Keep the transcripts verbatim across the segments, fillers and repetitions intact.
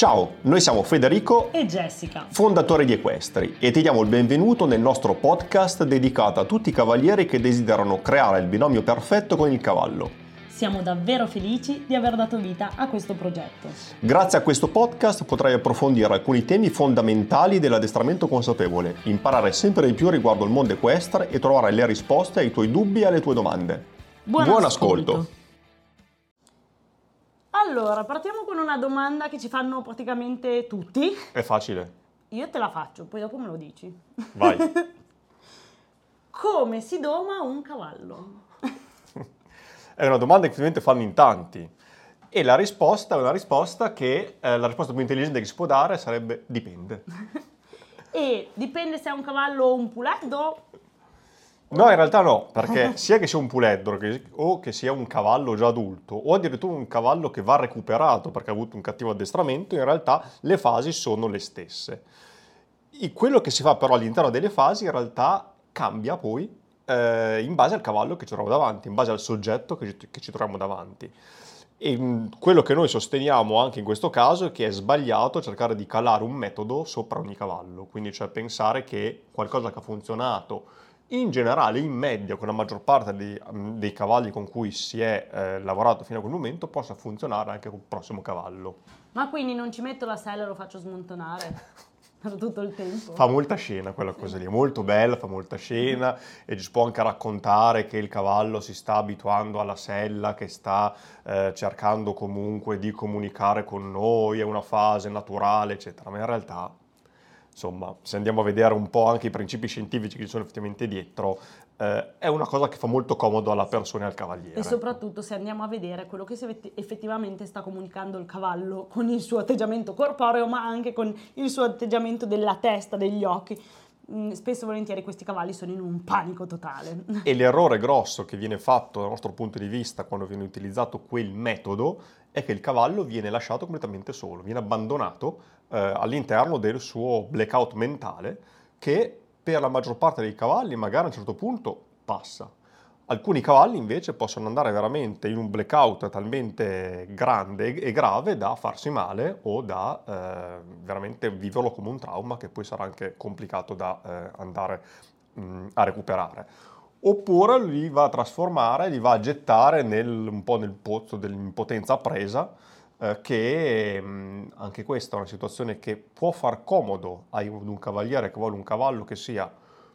Ciao, noi siamo Federico e Jessica, fondatori di Equestri, e ti diamo il benvenuto nel nostro podcast dedicato a tutti i cavalieri che desiderano creare il binomio perfetto con il cavallo. Siamo davvero felici di aver dato vita a questo progetto. Grazie a questo podcast potrai approfondire alcuni temi fondamentali dell'addestramento consapevole, imparare sempre di più riguardo il mondo equestre e trovare le risposte ai tuoi dubbi e alle tue domande. Buon, Buon ascolto. ascolto! Allora, partiamo con una domanda che ci fanno praticamente tutti. È facile. Io te la faccio, poi dopo me lo dici. Vai. Come si doma un cavallo? È una domanda che ovviamente fanno in tanti. E la risposta è una risposta che, eh, la risposta più intelligente che si può dare sarebbe dipende. E dipende se è un cavallo o un puleddo? No, in realtà no, perché sia che sia un puledro che, o che sia un cavallo già adulto o addirittura un cavallo che va recuperato perché ha avuto un cattivo addestramento, in realtà le fasi sono le stesse. E quello che si fa però all'interno delle fasi in realtà cambia poi eh, in base al cavallo che ci troviamo davanti, in base al soggetto che ci, che ci troviamo davanti. E mh, quello che noi sosteniamo anche in questo caso è che è sbagliato cercare di calare un metodo sopra ogni cavallo, quindi cioè pensare che qualcosa che ha funzionato in generale, in media, con la maggior parte dei, dei cavalli con cui si è eh, lavorato fino a quel momento, possa funzionare anche con il prossimo cavallo. Ma quindi non ci metto la sella e lo faccio smontonare per tutto il tempo? Fa molta scena quella cosa lì, è molto bella, fa molta scena e ci può anche raccontare che il cavallo si sta abituando alla sella, che sta eh, cercando comunque di comunicare con noi, è una fase naturale, eccetera, ma in realtà... Insomma, se andiamo a vedere un po' anche i principi scientifici che ci sono effettivamente dietro, eh, è una cosa che fa molto comodo alla persona e al cavaliere. E soprattutto se andiamo a vedere quello che effettivamente sta comunicando il cavallo con il suo atteggiamento corporeo, ma anche con il suo atteggiamento della testa, degli occhi. Spesso e volentieri questi cavalli sono in un panico totale. E l'errore grosso che viene fatto dal nostro punto di vista quando viene utilizzato quel metodo è che il cavallo viene lasciato completamente solo, viene abbandonato eh, all'interno del suo blackout mentale che per la maggior parte dei cavalli magari a un certo punto passa. Alcuni cavalli invece possono andare veramente in un blackout talmente grande e grave da farsi male o da eh, veramente viverlo come un trauma che poi sarà anche complicato da eh, andare mh, a recuperare. Oppure li va a trasformare, li va a gettare nel, un po' nel pozzo dell'impotenza presa, eh, che mh, anche questa è una situazione che può far comodo ad un cavaliere che vuole un cavallo che sia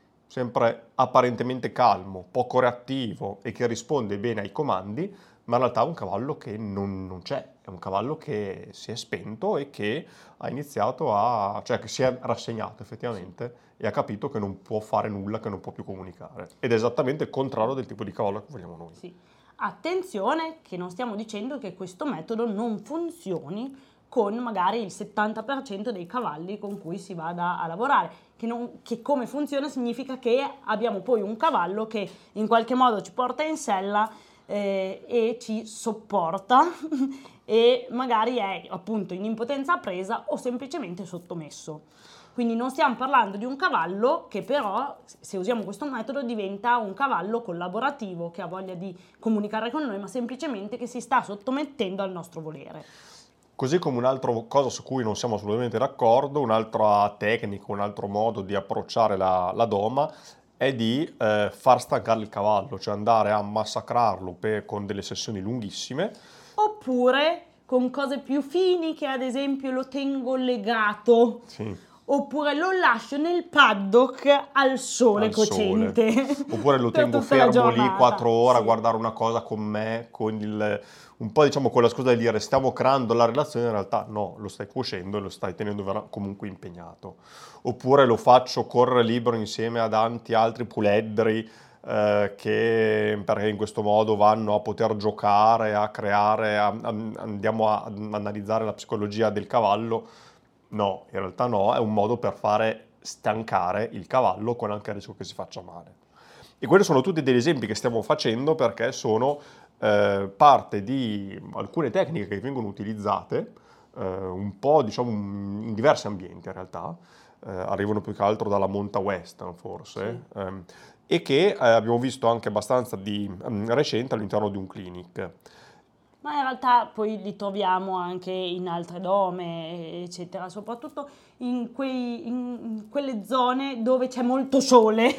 sempre apparentemente calmo, poco reattivo e che risponde bene ai comandi, ma in realtà è un cavallo che non, non c'è, è un cavallo che si è spento e che ha iniziato a, cioè che si è rassegnato effettivamente e ha capito che non può fare nulla, che non può più comunicare. Ed è esattamente il contrario del tipo di cavallo che vogliamo noi. Sì. Attenzione che non stiamo dicendo che questo metodo non funzioni con magari il settanta per cento dei cavalli con cui si vada a lavorare, che, non, che come funziona significa che abbiamo poi un cavallo che in qualche modo ci porta in sella eh, e ci sopporta e magari è appunto in impotenza presa o semplicemente sottomesso. Quindi non stiamo parlando di un cavallo che però, se usiamo questo metodo, diventa un cavallo collaborativo che ha voglia di comunicare con noi, ma semplicemente che si sta sottomettendo al nostro volere. Così come un'altra cosa su cui non siamo assolutamente d'accordo, un'altra tecnica, un altro modo di approcciare la, la doma è di eh, far stancare il cavallo, cioè andare a massacrarlo per, con delle sessioni lunghissime. Oppure con cose più fini, che ad esempio lo tengo legato. Sì. Oppure lo lascio nel paddock al sole al cocente. Sole. Oppure lo tengo fermo lì quattro ore sì. a guardare una cosa con me, con il, un po' diciamo con la scusa di dire stiamo creando la relazione, in realtà no, lo stai cuocendo e lo stai tenendo comunque impegnato. Oppure lo faccio correre libero insieme ad tanti altri puledri eh, che perché in questo modo vanno a poter giocare, a creare, a, a, andiamo a analizzare la psicologia del cavallo. No, in realtà no, è un modo per fare stancare il cavallo con anche il rischio che si faccia male. E quelli sono tutti degli esempi che stiamo facendo perché sono eh, parte di alcune tecniche che vengono utilizzate eh, un po' diciamo in diversi ambienti in realtà, eh, arrivano più che altro dalla monta western forse, sì. ehm, e che eh, abbiamo visto anche abbastanza di um, recente all'interno di un clinic. ma in realtà poi li troviamo anche in altre dome, eccetera, soprattutto in, quei, in, in quelle zone dove c'è molto sole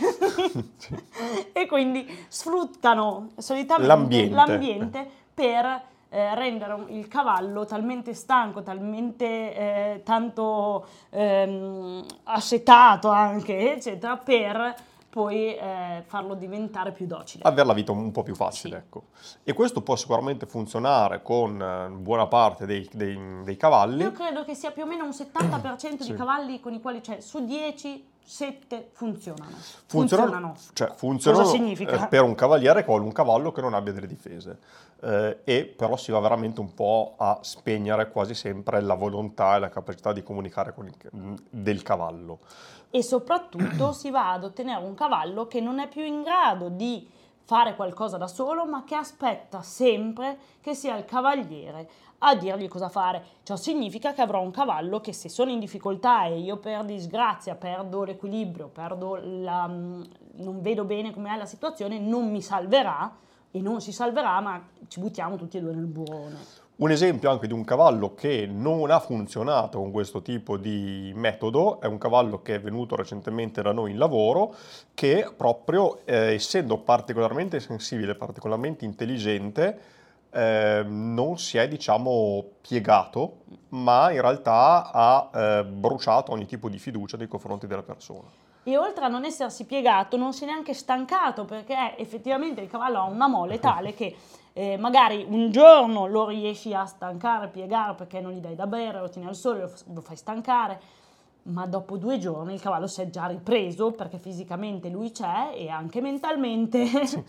e quindi sfruttano solitamente L'ambiente. l'ambiente per eh, rendere un- il cavallo talmente stanco, talmente eh, tanto ehm, assetato anche, eccetera, per poi eh, farlo diventare più docile. Avere la vita un po' più facile, Sì. ecco. E questo può sicuramente funzionare con eh, buona parte dei, dei- dei cavalli. Io credo che sia più o meno un settanta per cento Sì. di cavalli con i quali, cioè su dieci, sette funzionano. Funzionano, cioè, funzionano Cosa significa? eh, per un cavaliere che vuole un cavallo che non abbia delle difese. Eh, e però si va veramente un po' a spegnere quasi sempre la volontà e la capacità di comunicare con il, del cavallo. E soprattutto si va ad ottenere un cavallo che non è più in grado di fare qualcosa da solo, ma che aspetta sempre che sia il cavaliere a dirgli cosa fare. Ciò significa che avrò un cavallo che, se sono in difficoltà e io per disgrazia perdo l'equilibrio, perdo la, non vedo bene com'è la situazione, non mi salverà, e non si salverà, ma ci buttiamo tutti e due nel burrone. Un esempio anche di un cavallo che non ha funzionato con questo tipo di metodo è un cavallo che è venuto recentemente da noi in lavoro, che proprio eh, essendo particolarmente sensibile, particolarmente intelligente, eh, non si è, diciamo, piegato, ma in realtà ha eh, bruciato ogni tipo di fiducia nei confronti della persona. E oltre a non essersi piegato, non si è neanche stancato, perché effettivamente il cavallo ha una mole tale che eh, magari un giorno lo riesci a stancare, piegare, perché non gli dai da bere, lo tieni al sole, lo, f- lo fai stancare, ma dopo due giorni il cavallo si è già ripreso, perché fisicamente lui c'è e anche mentalmente.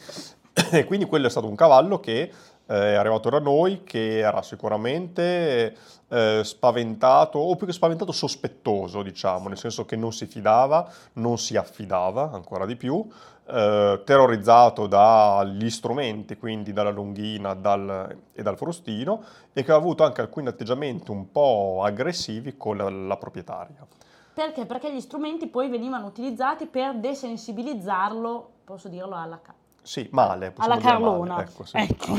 E quindi quello è stato un cavallo che eh, è arrivato da noi, che era sicuramente eh, spaventato, o più che spaventato, sospettoso, diciamo, nel senso che non si fidava, non si affidava ancora di più, eh, terrorizzato dagli strumenti, quindi dalla longhina dal- e dal frustino, e che ha avuto anche alcuni atteggiamenti un po' aggressivi con la, la proprietaria. Perché? Perché gli strumenti poi venivano utilizzati per desensibilizzarlo, posso dirlo, alla ca- Sì, male, possiamo alla dire Carlona. male, ecco, sì. Ecco.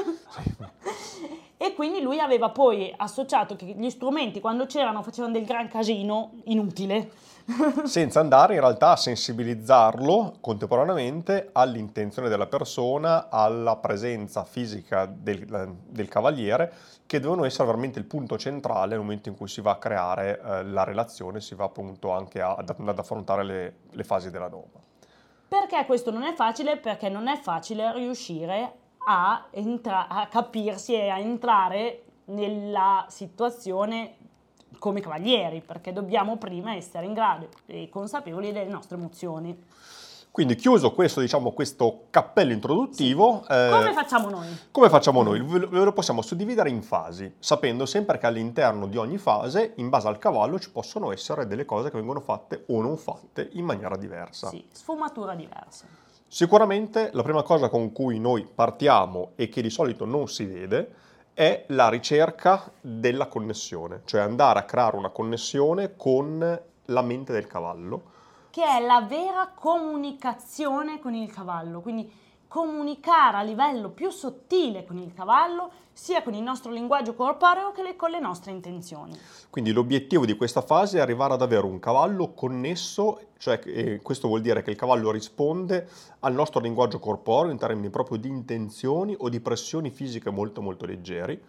E quindi lui aveva poi associato che gli strumenti, quando c'erano, facevano del gran casino inutile. Senza andare in realtà a sensibilizzarlo contemporaneamente all'intenzione della persona, alla presenza fisica del, del cavaliere, che devono essere veramente il punto centrale nel momento in cui si va a creare eh, la relazione, si va appunto anche a- ad, ad affrontare le, le fasi della norma. Perché questo non è facile? Perché non è facile riuscire a, entra- a capirsi e a entrare nella situazione come cavalieri, perché dobbiamo prima essere in grado e consapevoli delle nostre emozioni. Quindi chiuso questo, diciamo, questo cappello introduttivo, eh, Come facciamo noi? come facciamo noi? Ve lo ve lo possiamo suddividere in fasi, sapendo sempre che all'interno di ogni fase, in base al cavallo, ci possono essere delle cose che vengono fatte o non fatte in maniera diversa. Sì, sfumatura diversa. Sicuramente la prima cosa con cui noi partiamo e che di solito non si vede è la ricerca della connessione, cioè andare a creare una connessione con la mente del cavallo. Che è la vera comunicazione con il cavallo, quindi comunicare a livello più sottile con il cavallo, sia con il nostro linguaggio corporeo che le- con le nostre intenzioni. Quindi l'obiettivo di questa fase è arrivare ad avere un cavallo connesso, cioè eh, questo vuol dire che il cavallo risponde al nostro linguaggio corporeo in termini proprio di intenzioni o di pressioni fisiche molto molto leggeri.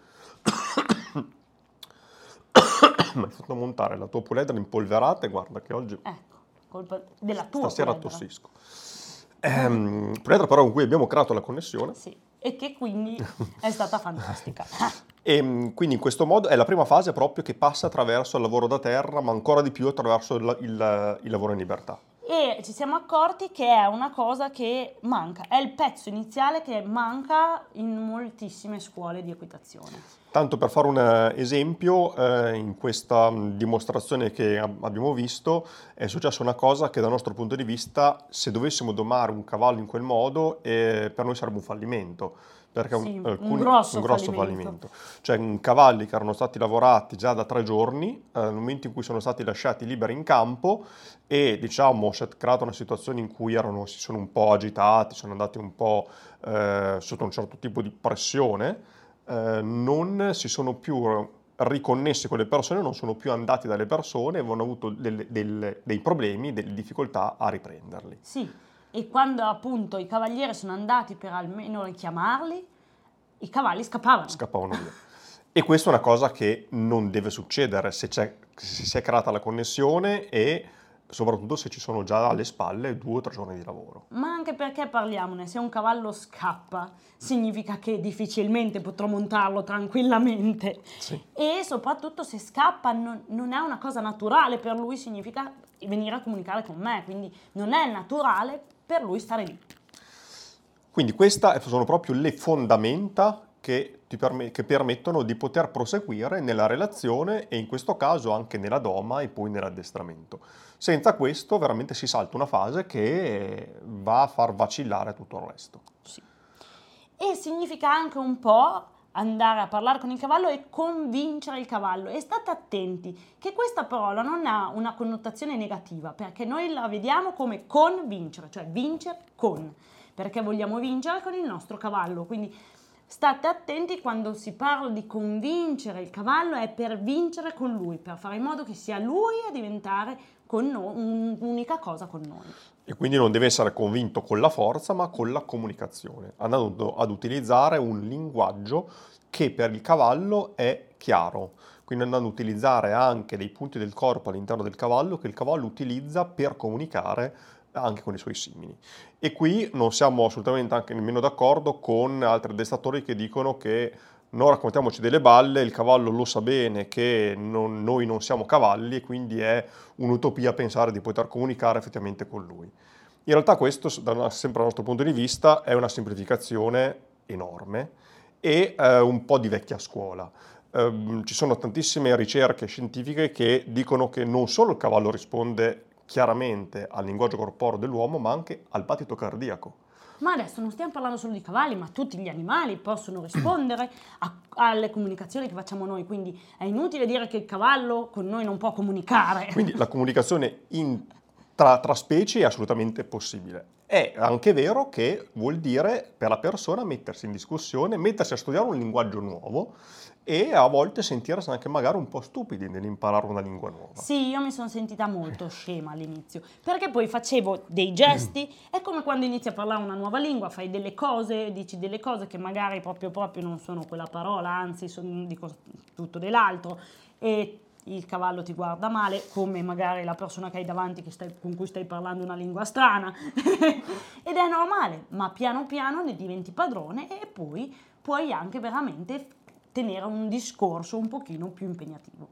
Mi hai fatto montare la tua puledra impolverata e guarda che oggi Ecco, colpa della tua stasera puledra. tossisco. Ehm, puledra però con cui abbiamo creato la connessione. Sì, e che quindi è stata fantastica. E mh, quindi in questo modo è la prima fase proprio che passa attraverso il lavoro da terra, ma ancora di più attraverso il, il- il lavoro in libertà. E ci siamo accorti che è una cosa che manca, è il pezzo iniziale che manca in moltissime scuole di equitazione. Tanto per fare un eh, esempio, eh, in questa mh, dimostrazione che ab- abbiamo visto è successa una cosa che dal nostro punto di vista, se dovessimo domare un cavallo in quel modo, eh, per noi sarebbe un fallimento. Perché Sì, un alcuni- grosso un grosso fallimento. fallimento. Cioè mh, cavalli che erano stati lavorati già da tre giorni, eh, nel momento in cui sono stati lasciati liberi in campo e diciamo si è creata una situazione in cui erano, si sono un po' agitati, sono andati un po' eh, sotto un certo tipo di pressione, eh, non si sono più riconnessi con le persone, non sono più andati dalle persone e hanno avuto delle- delle- dei problemi, delle difficoltà a riprenderli. Sì, e quando appunto i cavalieri sono andati per almeno richiamarli, i cavalli scappavano. Scappavano via. E questa è una cosa che non deve succedere se, c'è, se si è creata la connessione e soprattutto se ci sono già alle spalle due o tre giorni di lavoro. Ma anche perché parliamone, se un cavallo scappa, significa che difficilmente potrò montarlo tranquillamente. Sì. E soprattutto se scappa non, non è una cosa naturale per lui, significa venire a comunicare con me, quindi non è naturale per lui stare lì. Quindi queste sono proprio le fondamenta che, ti perm- che permettono di poter proseguire nella relazione e in questo caso anche nella doma e poi nell'addestramento. Senza questo veramente si salta una fase che va a far vacillare tutto il resto. Sì. E significa anche un po' andare a parlare con il cavallo e convincere il cavallo. E state attenti che questa parola non ha una connotazione negativa, perché noi la vediamo come convincere, cioè vincere con, perché vogliamo vincere con il nostro cavallo. Quindi state attenti, quando si parla di convincere il cavallo è per vincere con lui, per fare in modo che sia lui a diventare con noi un'unica cosa con noi. E quindi non deve essere convinto con la forza, ma con la comunicazione, andando ad utilizzare un linguaggio che per il cavallo è chiaro. Quindi andando ad utilizzare anche dei punti del corpo all'interno del cavallo che il cavallo utilizza per comunicare anche con i suoi simili. E qui non siamo assolutamente anche nemmeno d'accordo con altri addestratori che dicono che non raccontiamoci delle balle, il cavallo lo sa bene che non- noi non siamo cavalli e quindi è un'utopia pensare di poter comunicare effettivamente con lui. In realtà questo, da una- sempre dal nostro punto di vista, è una semplificazione enorme e eh, un po' di vecchia scuola. Ehm, ci sono tantissime ricerche scientifiche che dicono che non solo il cavallo risponde chiaramente al linguaggio corporeo dell'uomo, ma anche al battito cardiaco. Ma adesso non stiamo parlando solo di cavalli, ma tutti gli animali possono rispondere a- alle comunicazioni che facciamo noi, quindi è inutile dire che il cavallo con noi non può comunicare. Quindi la comunicazione in- tra, tra specie è assolutamente possibile. È anche vero che vuol dire per la persona mettersi in discussione, mettersi a studiare un linguaggio nuovo e a volte sentirsi anche magari un po' stupidi nell'imparare una lingua nuova. Sì, io mi sono sentita molto scema all'inizio, perché poi facevo dei gesti, è come quando inizi a parlare una nuova lingua, fai delle cose, dici delle cose che magari proprio proprio non sono quella parola, anzi sono, dico tutto dell'altro, e il cavallo ti guarda male, come magari la persona che hai davanti che stai- con cui stai parlando una lingua strana, ed è normale, ma piano piano ne diventi padrone e poi puoi anche veramente tenere un discorso un pochino più impegnativo.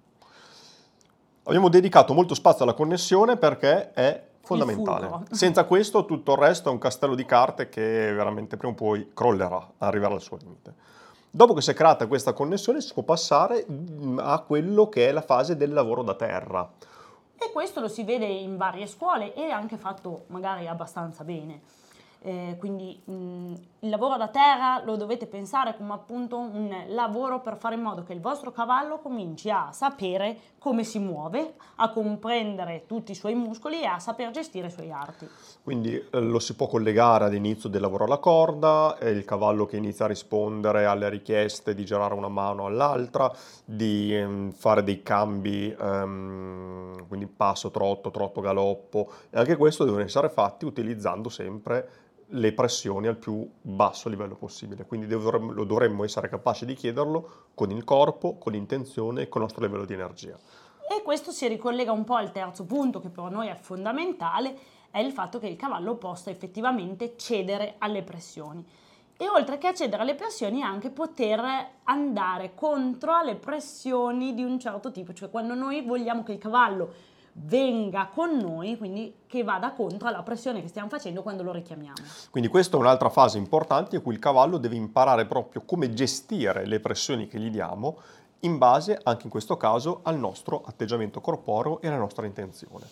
Abbiamo dedicato molto spazio alla connessione perché è fondamentale. fulcro. Senza questo tutto il resto è un castello di carte che veramente prima o poi crollerà, arriverà al suo limite. Dopo che si è creata questa connessione si può passare mm, a quello che è la fase del lavoro da terra. E questo lo si vede in varie scuole e è anche fatto magari abbastanza bene. Eh, quindi mh, il lavoro da terra lo dovete pensare come appunto un lavoro per fare in modo che il vostro cavallo cominci a sapere come si muove, a comprendere tutti i suoi muscoli e a saper gestire i suoi arti. Quindi eh, lo si può collegare all'inizio del lavoro alla corda, è il cavallo che inizia a rispondere alle richieste di girare una mano all'altra, di ehm, fare dei cambi, ehm, quindi passo, trotto, trotto, galoppo, e anche questo devono essere fatti utilizzando sempre le pressioni al più basso livello possibile. Quindi dovremmo, lo dovremmo essere capaci di chiederlo con il corpo, con l'intenzione e con il nostro livello di energia. E questo si ricollega un po' al terzo punto che per noi è fondamentale, è il fatto che il cavallo possa effettivamente cedere alle pressioni. E oltre che a cedere alle pressioni anche poter andare contro alle pressioni di un certo tipo, cioè quando noi vogliamo che il cavallo venga con noi, quindi che vada contro alla pressione che stiamo facendo quando lo richiamiamo. Quindi questa è un'altra fase importante in cui il cavallo deve imparare proprio come gestire le pressioni che gli diamo in base, anche in questo caso, al nostro atteggiamento corporeo e alla nostra intenzione.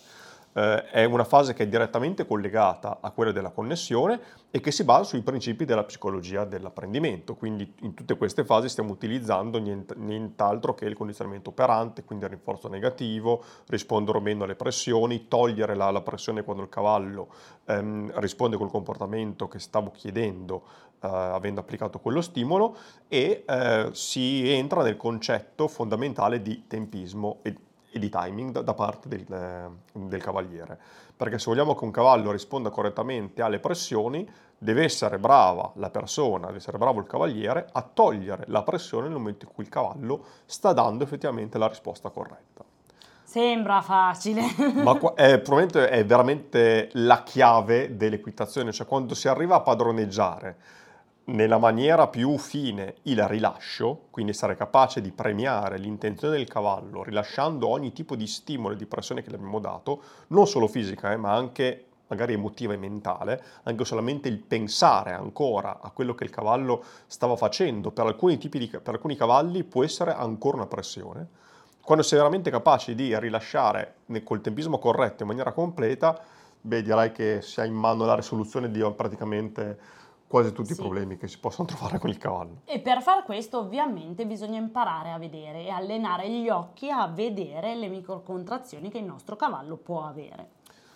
Eh, è una fase che è direttamente collegata a quella della connessione e che si basa sui principi della psicologia dell'apprendimento. Quindi in tutte queste fasi stiamo utilizzando niente, nient'altro che il condizionamento operante, quindi il rinforzo negativo, rispondere o meno alle pressioni, togliere la, la pressione quando il cavallo ehm, risponde col comportamento che stavo chiedendo eh, avendo applicato quello stimolo, e eh, si entra nel concetto fondamentale di tempismo e e di timing da, da parte del, eh, del cavaliere, perché se vogliamo che un cavallo risponda correttamente alle pressioni deve essere brava la persona, deve essere bravo il cavaliere a togliere la pressione nel momento in cui il cavallo sta dando effettivamente la risposta corretta. Sembra facile. Ma qua, è, probabilmente è veramente la chiave dell'equitazione, cioè quando si arriva a padroneggiare nella maniera più fine il rilascio, quindi essere capace di premiare l'intenzione del cavallo rilasciando ogni tipo di stimolo e di pressione che le abbiamo dato, non solo fisica, eh, ma anche magari emotiva e mentale, anche solamente il pensare ancora a quello che il cavallo stava facendo, per alcuni tipi di, per alcuni cavalli può essere ancora una pressione. Quando sei veramente capace di rilasciare col tempismo corretto in maniera completa, beh, direi che si ha in mano la risoluzione di praticamente quasi tutti sì. i problemi che si possono trovare con il cavallo. E per far questo ovviamente bisogna imparare a vedere e allenare gli occhi a vedere le microcontrazioni che il nostro cavallo può avere.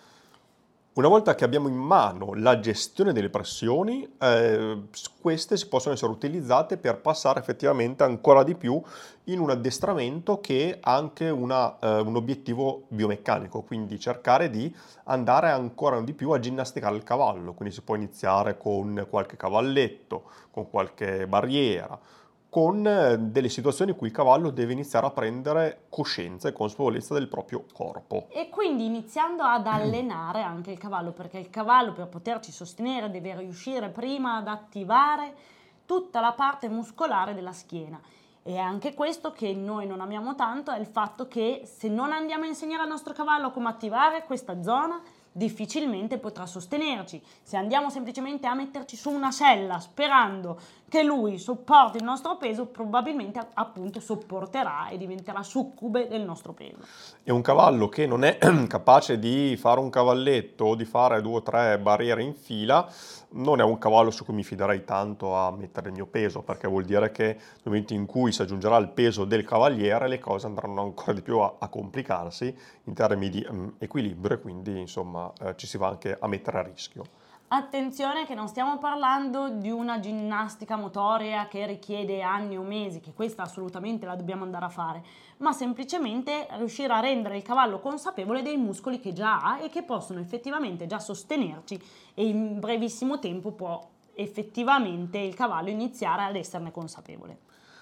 Una volta che abbiamo in mano la gestione delle pressioni, eh, queste si possono essere utilizzate per passare effettivamente ancora di più in un addestramento che ha anche una, eh, un obiettivo biomeccanico, quindi cercare di andare ancora di più a ginnasticare il cavallo. Quindi si può iniziare con qualche cavalletto, con qualche barriera, con delle situazioni in cui il cavallo deve iniziare a prendere coscienza e consapevolezza del proprio corpo. E quindi iniziando ad allenare anche il cavallo, perché il cavallo per poterci sostenere deve riuscire prima ad attivare tutta la parte muscolare della schiena. E è anche questo che noi non amiamo tanto, è il fatto che se non andiamo a insegnare al nostro cavallo come attivare questa zona, difficilmente potrà sostenerci. Se andiamo semplicemente a metterci su una sella sperando che lui sopporti il nostro peso, probabilmente appunto sopporterà e diventerà succube del nostro peso. E un cavallo che non è capace di fare un cavalletto o di fare due o tre barriere in fila non è un cavallo su cui mi fiderei tanto a mettere il mio peso, perché vuol dire che nel momento in cui si aggiungerà il peso del cavaliere le cose andranno ancora di più a, a complicarsi in termini di um, equilibrio, e quindi insomma eh, ci si va anche a mettere a rischio. Attenzione che non stiamo parlando di una ginnastica motoria che richiede anni o mesi, che questa assolutamente la dobbiamo andare a fare, ma semplicemente riuscire a rendere il cavallo consapevole dei muscoli che già ha e che possono effettivamente già sostenerci, e in brevissimo tempo può effettivamente il cavallo iniziare ad esserne consapevole.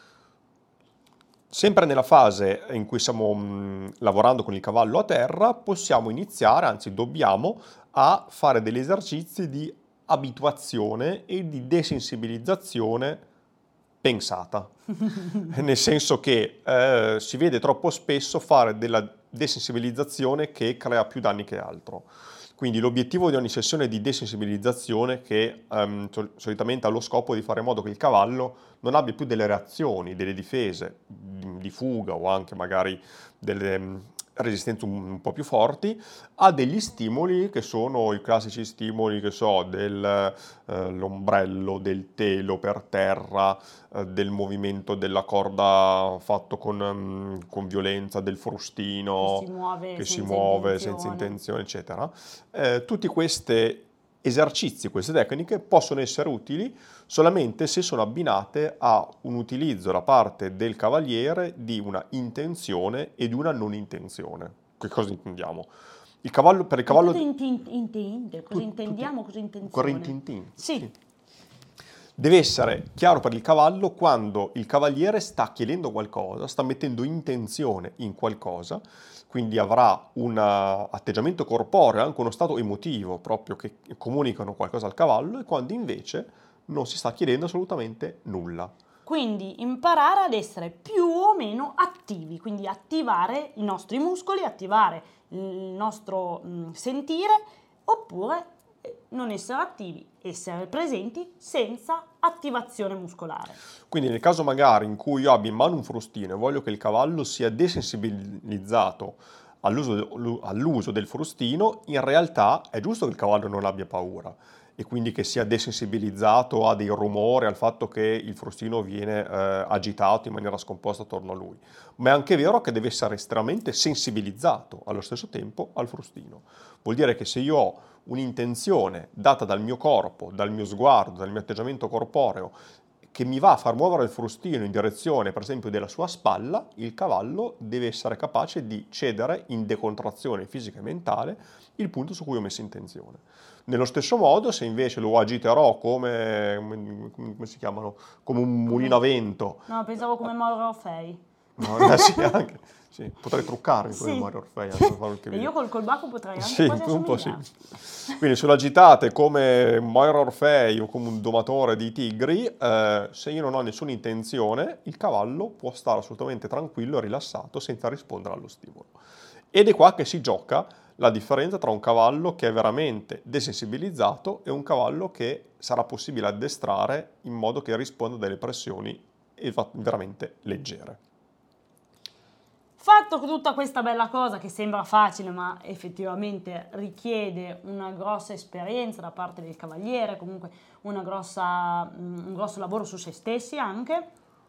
Sempre nella fase in cui stiamo mh, lavorando con il cavallo a terra, possiamo iniziare, anzi dobbiamo, a fare degli esercizi di abituazione e di desensibilizzazione pensata. Nel senso che eh, si vede troppo spesso fare della desensibilizzazione che crea più danni che altro. Quindi l'obiettivo di ogni sessione di desensibilizzazione, che um, solitamente ha lo scopo di fare in modo che il cavallo non abbia più delle reazioni, delle difese di fuga o anche magari delle um, resistenze un, un po' più forti, ha degli stimoli che sono i classici stimoli, che so, dell'ombrello, uh, del telo per terra, uh, del movimento della corda fatto con, um, con violenza, del frustino che si muove, che senza, si muove intenzione. senza intenzione, eccetera. Eh, tutti questi esercizi, queste tecniche possono essere utili solamente se sono abbinate a un utilizzo da parte del cavaliere di una intenzione e di una non intenzione. Che cosa intendiamo? Il cavallo, per il cavallo... Cosa intende? Cosa intendiamo? Cosa intenzione? Correntintin. Sì. sì. Deve essere chiaro per il cavallo quando il cavaliere sta chiedendo qualcosa, sta mettendo intenzione in qualcosa, quindi avrà un atteggiamento corporeo, anche uno stato emotivo proprio che comunicano qualcosa al cavallo, e quando invece non si sta chiedendo assolutamente nulla. Quindi imparare ad essere più o meno attivi, quindi attivare i nostri muscoli, attivare il nostro mh, sentire, oppure non essere attivi, essere presenti senza attivazione muscolare. Quindi nel caso magari in cui io abbia in mano un frustino e voglio che il cavallo sia desensibilizzato all'uso, all'uso del frustino, in realtà è giusto che il cavallo non abbia paura e quindi che sia desensibilizzato a dei rumori, al fatto che il frustino viene eh, agitato in maniera scomposta attorno a lui, ma è anche vero che deve essere estremamente sensibilizzato allo stesso tempo al frustino. Vuol dire che se io ho un'intenzione data dal mio corpo, dal mio sguardo, dal mio atteggiamento corporeo, che mi va a far muovere il frustino in direzione, per esempio, della sua spalla, il cavallo deve essere capace di cedere in decontrazione fisica e mentale il punto su cui ho messo intenzione. Nello stesso modo, se invece lo agiterò come, come, come si chiamano, come un mulino a vento. No, pensavo come Mauro Orfei. No, eh, sì, anche, sì, potrei truccarmi come Sì. Mario Orfei. anche per fare il che E vedo. io col colbacco potrei anche Sì, quasi un po' sì. assomigliare. Quindi se lo agitate come Mario Orfei o come un domatore di tigri, eh, se io non ho nessuna intenzione, il cavallo può stare assolutamente tranquillo e rilassato senza rispondere allo stimolo. Ed è qua che si gioca la differenza tra un cavallo che è veramente desensibilizzato e un cavallo che sarà possibile addestrare in modo che risponda a delle pressioni veramente leggere. Fatto tutta questa bella cosa che sembra facile ma effettivamente richiede una grossa esperienza da parte del cavaliere, comunque una grossa, un grosso lavoro su se stessi anche,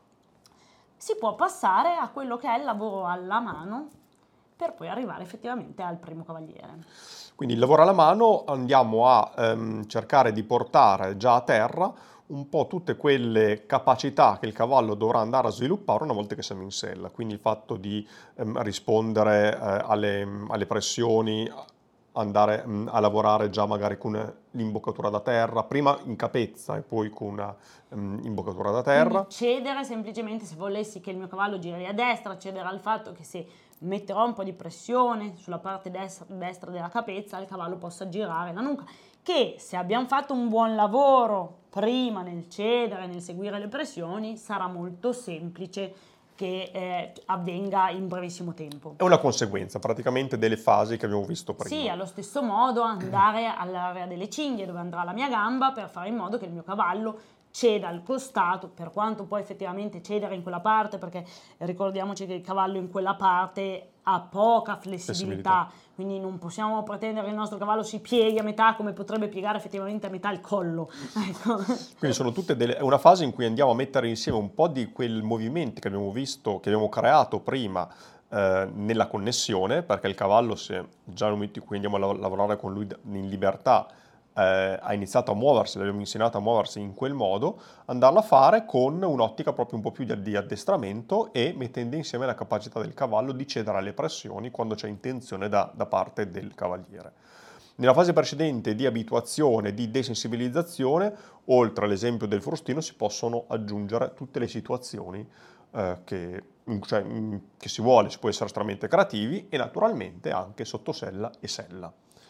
si può passare a quello che è il lavoro alla mano per poi arrivare effettivamente al primo cavaliere. Quindi il lavoro alla mano andiamo a ehm, cercare di portare già a terra un po' tutte quelle capacità che il cavallo dovrà andare a sviluppare una volta che siamo in sella, quindi il fatto di ehm, rispondere eh, alle, alle pressioni, andare mh, a lavorare già magari con l'imboccatura da terra, prima in capezza e poi con una um, imboccatura da terra. Quindi cedere semplicemente, se volessi che il mio cavallo giri a destra, cedere al fatto che se metterò un po' di pressione sulla parte destra, destra della capezza, il cavallo possa girare la nuca, che se abbiamo fatto un buon lavoro prima nel cedere, nel seguire le pressioni, sarà molto semplice che eh, avvenga in brevissimo tempo. È una conseguenza praticamente delle fasi che abbiamo visto prima. Sì, allo stesso modo andare all'area delle cinghie dove andrà la mia gamba per fare in modo che il mio cavallo ceda al costato, per quanto può effettivamente cedere in quella parte, perché ricordiamoci che il cavallo in quella parte ha poca flessibilità, flessibilità. Quindi non possiamo pretendere che il nostro cavallo si pieghi a metà come potrebbe piegare effettivamente a metà il collo. Ecco. Quindi sono tutte delle, è una fase in cui andiamo a mettere insieme un po' di quei movimenti che abbiamo visto, che abbiamo creato prima eh, nella connessione, perché il cavallo, se già nel momento in cui andiamo a lavorare con lui in libertà, Eh, ha iniziato a muoversi, l'abbiamo insegnato a muoversi in quel modo, andarla a fare con un'ottica proprio un po' più di, di addestramento e mettendo insieme la capacità del cavallo di cedere alle pressioni quando c'è intenzione da, da parte del cavaliere. Nella fase precedente di abituazione, di desensibilizzazione, oltre all'esempio del frustino, si possono aggiungere tutte le situazioni eh, che, cioè, che si vuole, si può essere estremamente creativi e naturalmente anche sotto sella e sella.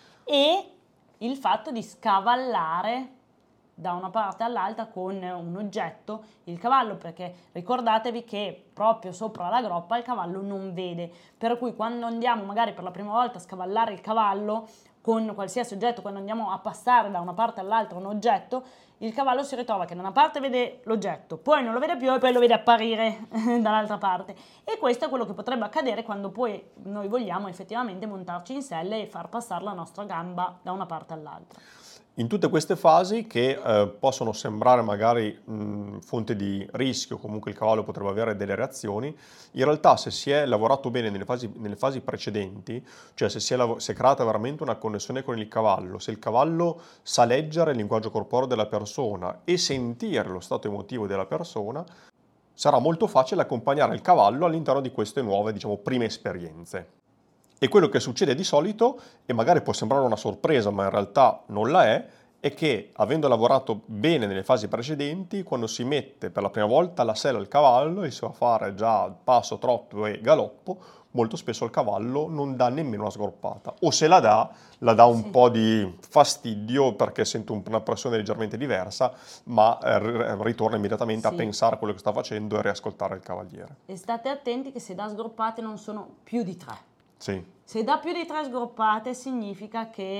E il fatto di scavallare da una parte all'altra con un oggetto il cavallo, perché ricordatevi che proprio sopra la groppa il cavallo non vede, per cui quando andiamo magari per la prima volta a scavallare il cavallo con qualsiasi oggetto, quando andiamo a passare da una parte all'altra un oggetto, il cavallo si ritrova che da una parte vede l'oggetto, poi non lo vede più e poi lo vede apparire dall'altra parte. E questo è quello che potrebbe accadere quando poi noi vogliamo effettivamente montarci in selle e far passare la nostra gamba da una parte all'altra. In tutte queste fasi che eh, possono sembrare magari mh, fonte di rischio, comunque il cavallo potrebbe avere delle reazioni, in realtà se si è lavorato bene nelle fasi, nelle fasi precedenti, cioè se si, è, si è creata veramente una connessione con il cavallo, se il cavallo sa leggere il linguaggio corporeo della persona e sentire lo stato emotivo della persona, sarà molto facile accompagnare il cavallo all'interno di queste nuove, diciamo, prime esperienze. E quello che succede di solito, e magari può sembrare una sorpresa, ma in realtà non la è, è che avendo lavorato bene nelle fasi precedenti, quando si mette per la prima volta la sella al cavallo e si va a fare già passo, trotto e galoppo, molto spesso il cavallo non dà nemmeno una sgorpata. O se la dà, la dà un sì. po' di fastidio perché sente una pressione leggermente diversa, ma ritorna immediatamente sì. a pensare a quello che sta facendo e riascoltare il cavaliere. E state attenti che se dà sgorpate non sono più di tre. Sì. Se dà più di tre sgorpate significa che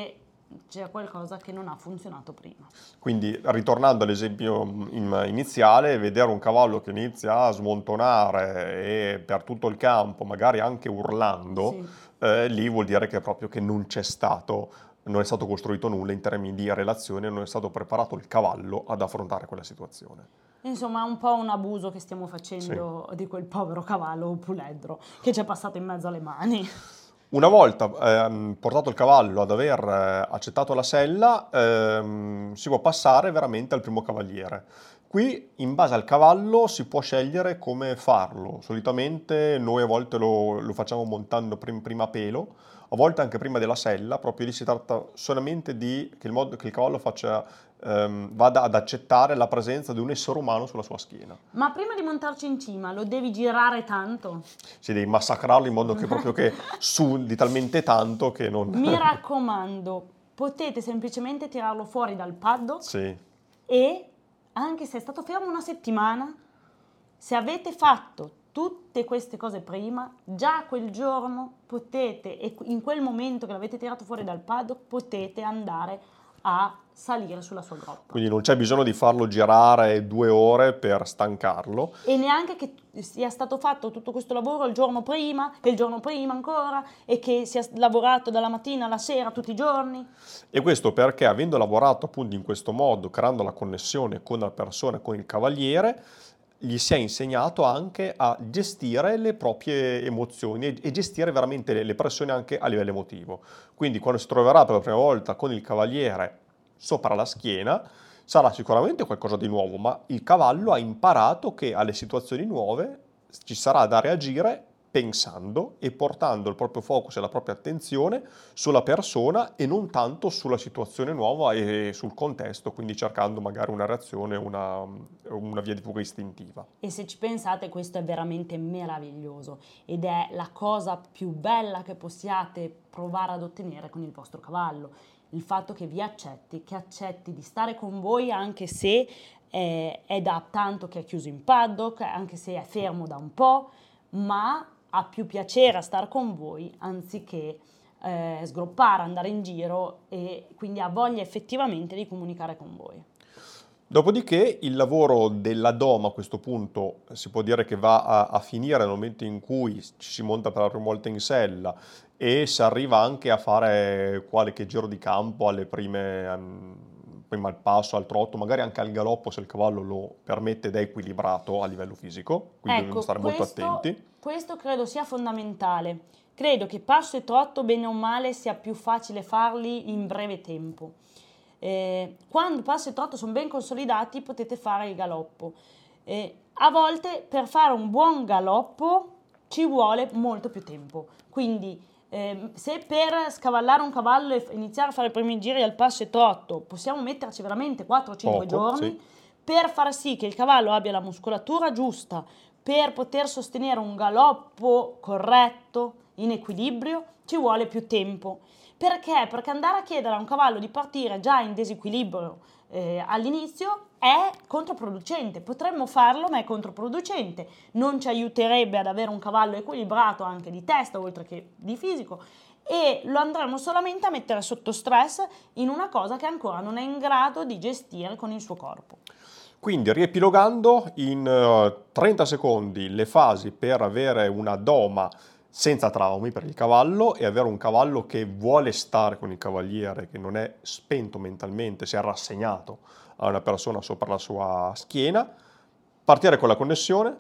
c'è qualcosa che non ha funzionato prima. Quindi, ritornando all'esempio in- iniziale, vedere un cavallo che inizia a smontonare e per tutto il campo, magari anche urlando, Sì. eh, lì vuol dire che proprio che non c'è stato, non è stato costruito nulla in termini di relazione, non è stato preparato il cavallo ad affrontare quella situazione. Insomma, è un po' un abuso che stiamo facendo di quel povero cavallo o puledro che ci è passato in mezzo alle mani. Una volta ehm, portato il cavallo ad aver eh, accettato la sella, ehm, si può passare veramente al primo cavaliere. Qui, in base al cavallo, si può scegliere come farlo. Solitamente noi a volte lo, lo facciamo montando prim- prima a pelo, a volte anche prima della sella, proprio lì si tratta solamente di che il, modo, che il cavallo faccia, ehm, vada ad accettare la presenza di un essere umano sulla sua schiena. Ma prima di montarci in cima lo devi girare tanto? Si devi massacrarlo in modo che proprio che sudi talmente tanto che non... Mi raccomando, potete semplicemente tirarlo fuori dal paddock Sì. e, anche se è stato fermo una settimana, se avete fatto tutte queste cose prima, già quel giorno potete, e in quel momento che l'avete tirato fuori dal paddock, potete andare a salire sulla sua groppa. Quindi non c'è bisogno di farlo girare due ore per stancarlo. E neanche che sia stato fatto tutto questo lavoro il giorno prima, e il giorno prima ancora, e che sia lavorato dalla mattina alla sera tutti i giorni. E questo perché, avendo lavorato appunto in questo modo, creando la connessione con la persona, con il cavaliere, gli si è insegnato anche a gestire le proprie emozioni e- e gestire veramente le, le pressioni anche a livello emotivo. Quindi quando si troverà per la prima volta con il cavaliere sopra la schiena, sarà sicuramente qualcosa di nuovo, ma il cavallo ha imparato che alle situazioni nuove ci sarà da reagire pensando e portando il proprio focus e la propria attenzione sulla persona e non tanto sulla situazione nuova e sul contesto, quindi cercando magari una reazione, una, una via di fuga istintiva. E se ci pensate, questo è veramente meraviglioso ed è la cosa più bella che possiate provare ad ottenere con il vostro cavallo. Il fatto che vi accetti, che accetti di stare con voi anche se eh, è da tanto che è chiuso in paddock, anche se è fermo da un po', ma ha più piacere a star con voi anziché eh, sgroppare, andare in giro, e quindi ha voglia effettivamente di comunicare con voi. Dopodiché il lavoro della doma a questo punto si può dire che va a, a finire nel momento in cui ci si monta per la prima volta in sella e si arriva anche a fare qualche giro di campo alle prime, um, prima al passo, al trotto, magari anche al galoppo se il cavallo lo permette ed è equilibrato a livello fisico, quindi dobbiamo Ecco, stare molto questo, attenti. questo credo sia fondamentale. Credo che passo e trotto, bene o male, sia più facile farli in breve tempo. Eh, quando passo e trotto sono ben consolidati, potete fare il galoppo. Eh, a volte per fare un buon galoppo ci vuole molto più tempo. Quindi eh, se per scavallare un cavallo e iniziare a fare i primi giri al passo e trotto possiamo metterci veramente quattro o cinque Poco, giorni, sì. per far sì che il cavallo abbia la muscolatura giusta, per poter sostenere un galoppo corretto, in equilibrio, ci vuole più tempo. Perché? Perché andare a chiedere a un cavallo di partire già in disequilibrio eh, all'inizio è controproducente. Potremmo farlo, ma è controproducente. Non ci aiuterebbe ad avere un cavallo equilibrato anche di testa, oltre che di fisico, e lo andremo solamente a mettere sotto stress in una cosa che ancora non è in grado di gestire con il suo corpo. Quindi, riepilogando in uh, trenta secondi le fasi per avere una doma senza traumi per il cavallo e avere un cavallo che vuole stare con il cavaliere, che non è spento mentalmente, si è rassegnato a una persona sopra la sua schiena, partire con la connessione,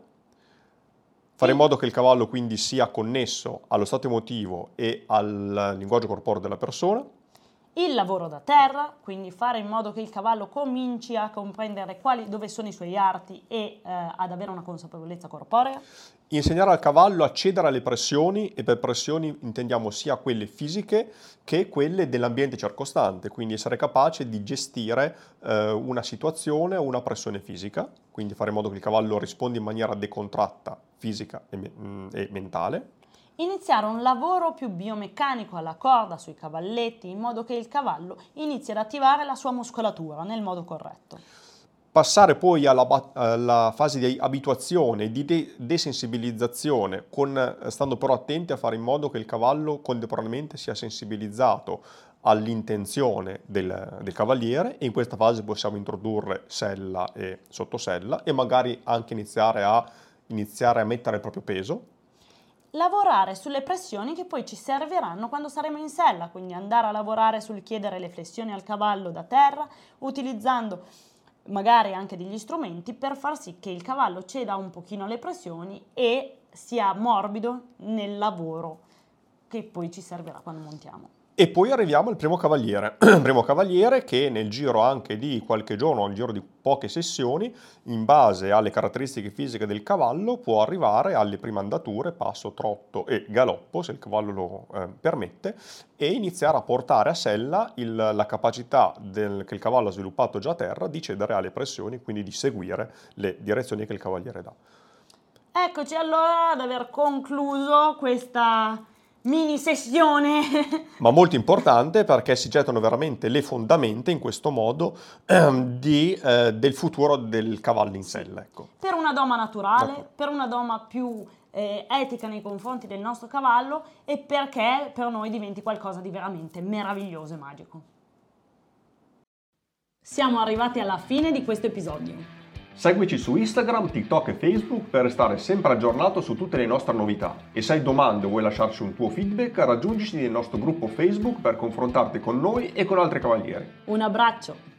fare in modo che il cavallo quindi sia connesso allo stato emotivo e al linguaggio corporeo della persona. Il lavoro da terra, quindi fare in modo che il cavallo cominci a comprendere quali, dove sono i suoi arti e eh, ad avere una consapevolezza corporea. Insegnare al cavallo a cedere alle pressioni, e per pressioni intendiamo sia quelle fisiche che quelle dell'ambiente circostante, quindi essere capace di gestire eh, una situazione o una pressione fisica, quindi fare in modo che il cavallo risponda in maniera decontratta, fisica e, me- e mentale. Iniziare un lavoro più biomeccanico alla corda, sui cavalletti, in modo che il cavallo inizi ad attivare la sua muscolatura nel modo corretto. Passare poi alla, alla fase di abituazione, di de- desensibilizzazione, con, stando però attenti a fare in modo che il cavallo contemporaneamente sia sensibilizzato all'intenzione del, del cavaliere, e in questa fase possiamo introdurre sella e sottosella e magari anche iniziare a, iniziare a mettere il proprio peso. Lavorare sulle pressioni che poi ci serviranno quando saremo in sella, quindi andare a lavorare sul chiedere le flessioni al cavallo da terra, utilizzando magari anche degli strumenti per far sì che il cavallo ceda un pochino le pressioni e sia morbido nel lavoro che poi ci servirà quando montiamo. E poi arriviamo al primo cavaliere, primo cavaliere che nel giro anche di qualche giorno, nel giro di poche sessioni, in base alle caratteristiche fisiche del cavallo, può arrivare alle prime andature, passo, trotto e galoppo, se il cavallo lo eh, permette, e iniziare a portare a sella il, la capacità del, che il cavallo ha sviluppato già a terra di cedere alle pressioni, quindi di seguire le direzioni che il cavaliere dà. Eccoci allora ad aver concluso questa mini sessione. Ma molto importante, perché si gettano veramente le fondamenta in questo modo ehm, di, eh, del futuro del cavallo in sella. Ecco. Per una doma naturale, D'accordo. per una doma più eh, etica nei confronti del nostro cavallo e perché per noi diventi qualcosa di veramente meraviglioso e magico. Siamo arrivati alla fine di questo episodio. Seguici su Instagram, TikTok e Facebook per restare sempre aggiornato su tutte le nostre novità. E se hai domande o vuoi lasciarci un tuo feedback, raggiungici nel nostro gruppo Facebook per confrontarti con noi e con altri cavalieri. Un abbraccio!